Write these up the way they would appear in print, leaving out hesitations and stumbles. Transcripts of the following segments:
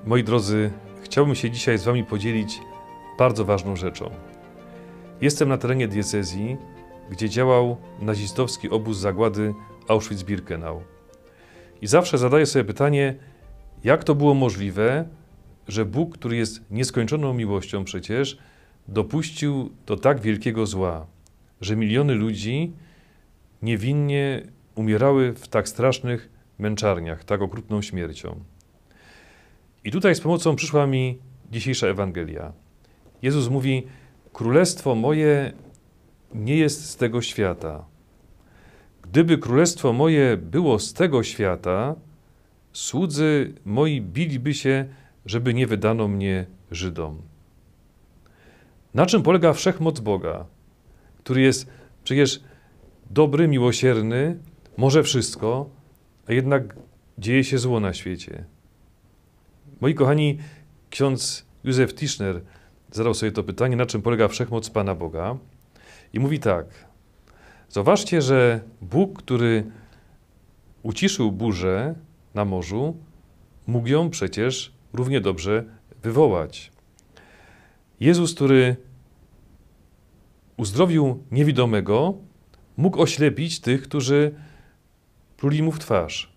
Moi drodzy, chciałbym się dzisiaj z Wami podzielić bardzo ważną rzeczą. Jestem na terenie diecezji, gdzie działał nazistowski obóz zagłady Auschwitz-Birkenau. I zawsze zadaję sobie pytanie, jak to było możliwe, że Bóg, który jest nieskończoną miłością przecież, dopuścił do tak wielkiego zła, że miliony ludzi niewinnie umierały w tak strasznych męczarniach, tak okrutną śmiercią. I tutaj z pomocą przyszła mi dzisiejsza Ewangelia. Jezus mówi: królestwo moje nie jest z tego świata. Gdyby królestwo moje było z tego świata, słudzy moi biliby się, żeby nie wydano mnie Żydom. Na czym polega wszechmoc Boga, który jest przecież dobry, miłosierny, może wszystko, a jednak dzieje się zło na świecie? Moi kochani, ksiądz Józef Tischner zadał sobie to pytanie, na czym polega wszechmoc Pana Boga. I mówi tak: zauważcie, że Bóg, który uciszył burzę na morzu, mógł ją przecież równie dobrze wywołać. Jezus, który uzdrowił niewidomego, mógł oślepić tych, którzy pluli mu w twarz.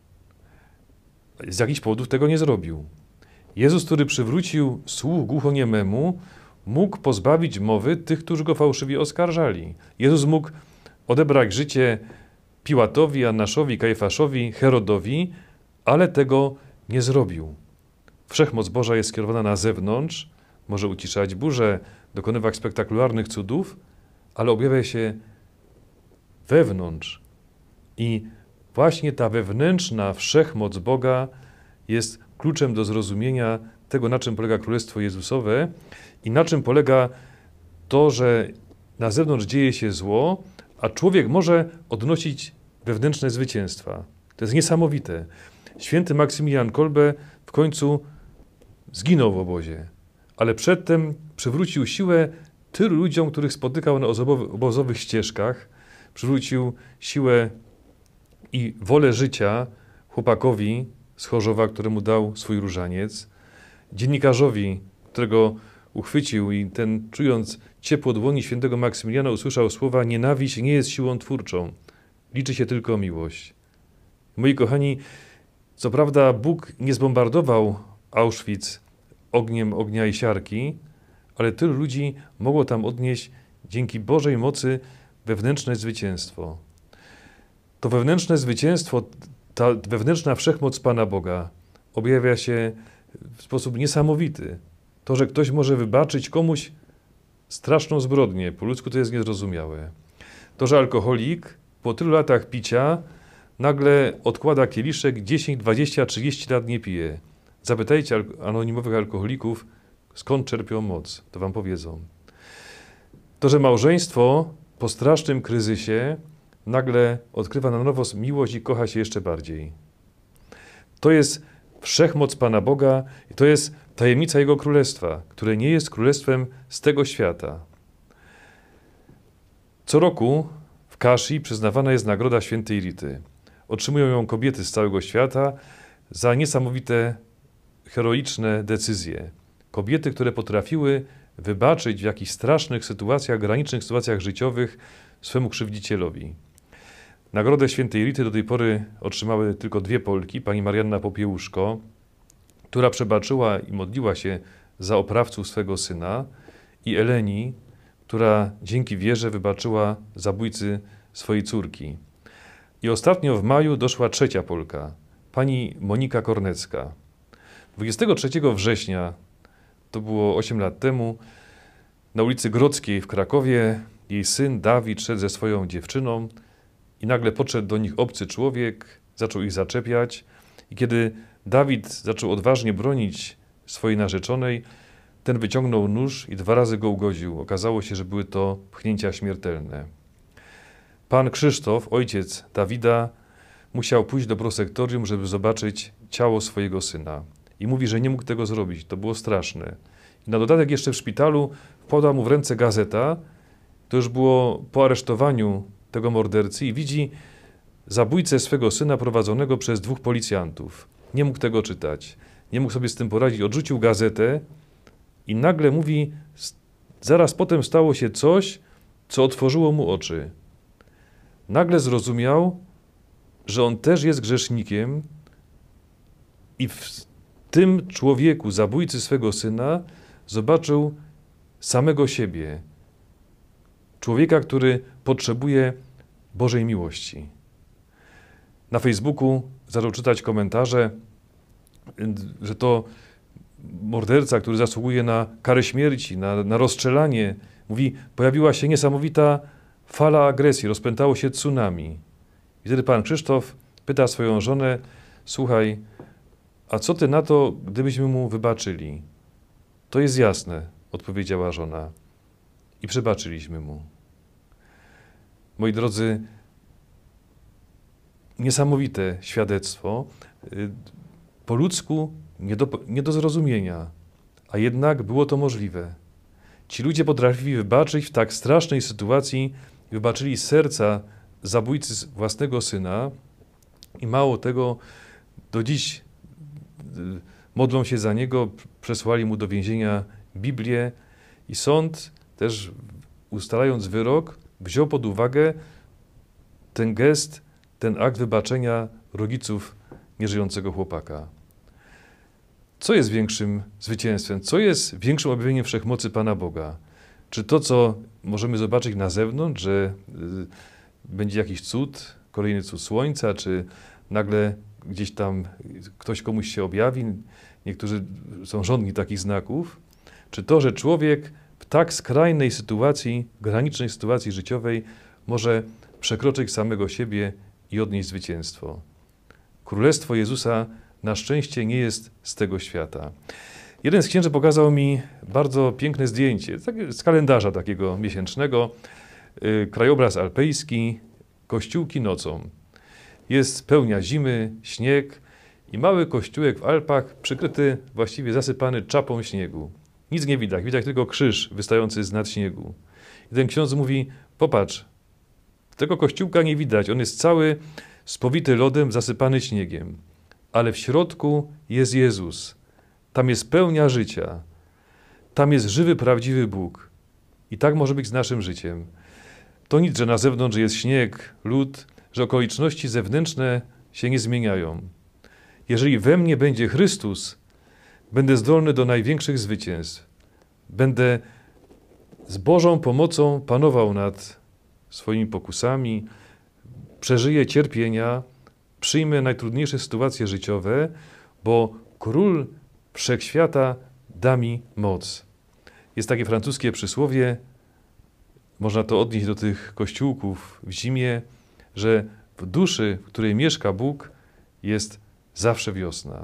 Z jakichś powodów tego nie zrobił. Jezus, który przywrócił słuch głuchoniememu, mógł pozbawić mowy tych, którzy go fałszywie oskarżali. Jezus mógł odebrać życie Piłatowi, Annaszowi, Kajfaszowi, Herodowi, ale tego nie zrobił. Wszechmoc Boża jest skierowana na zewnątrz, może uciszać burzę, dokonywać spektakularnych cudów, ale objawia się wewnątrz. I właśnie ta wewnętrzna wszechmoc Boga jest kluczem do zrozumienia tego, na czym polega Królestwo Jezusowe i na czym polega to, że na zewnątrz dzieje się zło, a człowiek może odnosić wewnętrzne zwycięstwa. To jest niesamowite. Święty Maksymilian Kolbe w końcu zginął w obozie, ale przedtem przywrócił siłę tylu ludziom, których spotykał na obozowych ścieżkach. Przywrócił siłę i wolę życia chłopakowi z Chorzowa, któremu dał swój różaniec, dziennikarzowi, którego uchwycił i ten, czując ciepło dłoni świętego Maksymiliana, usłyszał słowa: nienawiść nie jest siłą twórczą, liczy się tylko miłość. Moi kochani, co prawda Bóg nie zbombardował Auschwitz ogniem ognia i siarki, ale tylu ludzi mogło tam odnieść dzięki Bożej mocy wewnętrzne zwycięstwo. To wewnętrzne zwycięstwo, ta wewnętrzna wszechmoc Pana Boga objawia się w sposób niesamowity. To, że ktoś może wybaczyć komuś straszną zbrodnię, po ludzku to jest niezrozumiałe. To, że alkoholik po tylu latach picia nagle odkłada kieliszek, 10, 20, 30 lat nie pije. Zapytajcie anonimowych alkoholików, skąd czerpią moc, to wam powiedzą. To, że małżeństwo po strasznym kryzysie nagle odkrywa na nowo miłość i kocha się jeszcze bardziej. To jest wszechmoc Pana Boga i to jest tajemnica Jego Królestwa, które nie jest królestwem z tego świata. Co roku w Kaszy przyznawana jest nagroda świętej Rity. Otrzymują ją kobiety z całego świata za niesamowite, heroiczne decyzje. Kobiety, które potrafiły wybaczyć w jakichś strasznych sytuacjach, granicznych sytuacjach życiowych swemu krzywdzicielowi. Nagrodę świętej Rity do tej pory otrzymały tylko dwie Polki, pani Marianna Popiełuszko, która przebaczyła i modliła się za oprawców swego syna, i Eleni, która dzięki wierze wybaczyła zabójcy swojej córki. I ostatnio w maju doszła trzecia Polka, pani Monika Kornecka. 23 września, to było 8 lat temu, na ulicy Grodzkiej w Krakowie jej syn Dawid szedł ze swoją dziewczyną i nagle podszedł do nich obcy człowiek, zaczął ich zaczepiać i kiedy Dawid zaczął odważnie bronić swojej narzeczonej, ten wyciągnął nóż i 2 razy go ugodził. Okazało się, że były to pchnięcia śmiertelne. Pan Krzysztof, ojciec Dawida, musiał pójść do prosektorium, żeby zobaczyć ciało swojego syna. I mówi, że nie mógł tego zrobić. To było straszne. I na dodatek jeszcze w szpitalu wpadła mu w ręce gazeta. To już było po aresztowaniu tego mordercy i widzi zabójcę swego syna prowadzonego przez 2 policjantów. Nie mógł tego czytać. nie mógł sobie z tym poradzić, odrzucił gazetę i nagle mówi, zaraz potem stało się coś, co otworzyło mu oczy. Nagle zrozumiał, że on też jest grzesznikiem i w tym człowieku, zabójcy swego syna, zobaczył samego siebie. Człowieka, który potrzebuje Bożej miłości. Na Facebooku zaczął czytać komentarze, że to morderca, który zasługuje na karę śmierci, na rozstrzelanie. Mówi, pojawiła się niesamowita fala agresji, rozpętało się tsunami. I wtedy pan Krzysztof pyta swoją żonę, słuchaj, a co ty na to, gdybyśmy mu wybaczyli? To jest jasne, odpowiedziała żona. I przebaczyliśmy mu. Moi drodzy, niesamowite świadectwo, po ludzku nie do zrozumienia, a jednak było to możliwe. Ci ludzie potrafili wybaczyć w tak strasznej sytuacji, wybaczyli z serca zabójcy własnego syna i mało tego, do dziś modlą się za niego, przesłali mu do więzienia Biblię i sąd też ustalając wyrok wziął pod uwagę ten gest, ten akt wybaczenia rodziców nieżyjącego chłopaka. Co jest większym zwycięstwem? Co jest większym objawieniem wszechmocy Pana Boga? Czy to, co możemy zobaczyć na zewnątrz, że będzie jakiś cud, kolejny cud słońca, czy nagle gdzieś tam ktoś komuś się objawi, niektórzy są żądni takich znaków, czy to, że człowiek w tak skrajnej sytuacji, granicznej sytuacji życiowej może przekroczyć samego siebie i odnieść zwycięstwo. Królestwo Jezusa na szczęście nie jest z tego świata. Jeden z księży pokazał mi bardzo piękne zdjęcie z kalendarza takiego miesięcznego. Krajobraz alpejski, kościółki nocą. Jest pełnia zimy, śnieg i mały kościółek w Alpach przykryty, właściwie zasypany czapą śniegu. Nic nie widać, widać tylko krzyż wystający z nad śniegu. I ten ksiądz mówi, popatrz, tego kościółka nie widać, on jest cały spowity lodem, zasypany śniegiem. Ale w środku jest Jezus. Tam jest pełnia życia. Tam jest żywy, prawdziwy Bóg. I tak może być z naszym życiem. To nic, że na zewnątrz jest śnieg, lód, że okoliczności zewnętrzne się nie zmieniają. Jeżeli we mnie będzie Chrystus, będę zdolny do największych zwycięstw. Będę z Bożą pomocą panował nad swoimi pokusami, przeżyję cierpienia, przyjmę najtrudniejsze sytuacje życiowe, bo Król Wszechświata da mi moc. Jest takie francuskie przysłowie, można to odnieść do tych kościółków w zimie, że w duszy, w której mieszka Bóg, jest zawsze wiosna.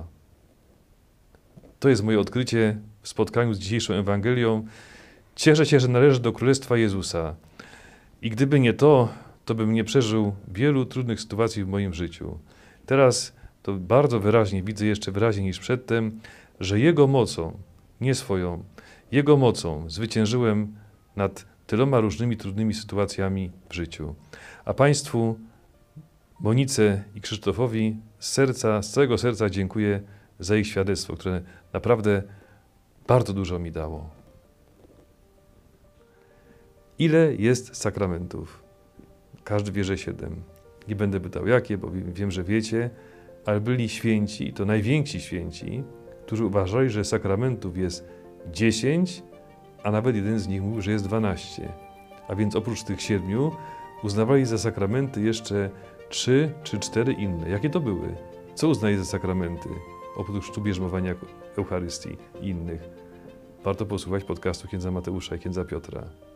To jest moje odkrycie w spotkaniu z dzisiejszą Ewangelią. Cieszę się, że należę do Królestwa Jezusa. I gdyby nie to, to bym nie przeżył wielu trudnych sytuacji w moim życiu. Teraz to bardzo wyraźnie widzę, jeszcze wyraźniej niż przedtem, że Jego mocą, nie swoją, Jego mocą zwyciężyłem nad tyloma różnymi trudnymi sytuacjami w życiu. A Państwu, Monice i Krzysztofowi z całego serca dziękuję za ich świadectwo, które naprawdę bardzo dużo mi dało. Ile jest sakramentów? Każdy wie, że 7. Nie będę pytał jakie, bo wiem, że wiecie, ale byli święci, i to najwięksi święci, którzy uważali, że sakramentów jest 10, a nawet jeden z nich mówił, że jest 12. A więc oprócz tych 7 uznawali za sakramenty jeszcze 3 czy 4 inne. Jakie to były? Co uznaje za sakramenty? Oprócz chrztu, bierzmowania, Eucharystii i innych. Warto posłuchać podcastu księdza Mateusza i księdza Piotra.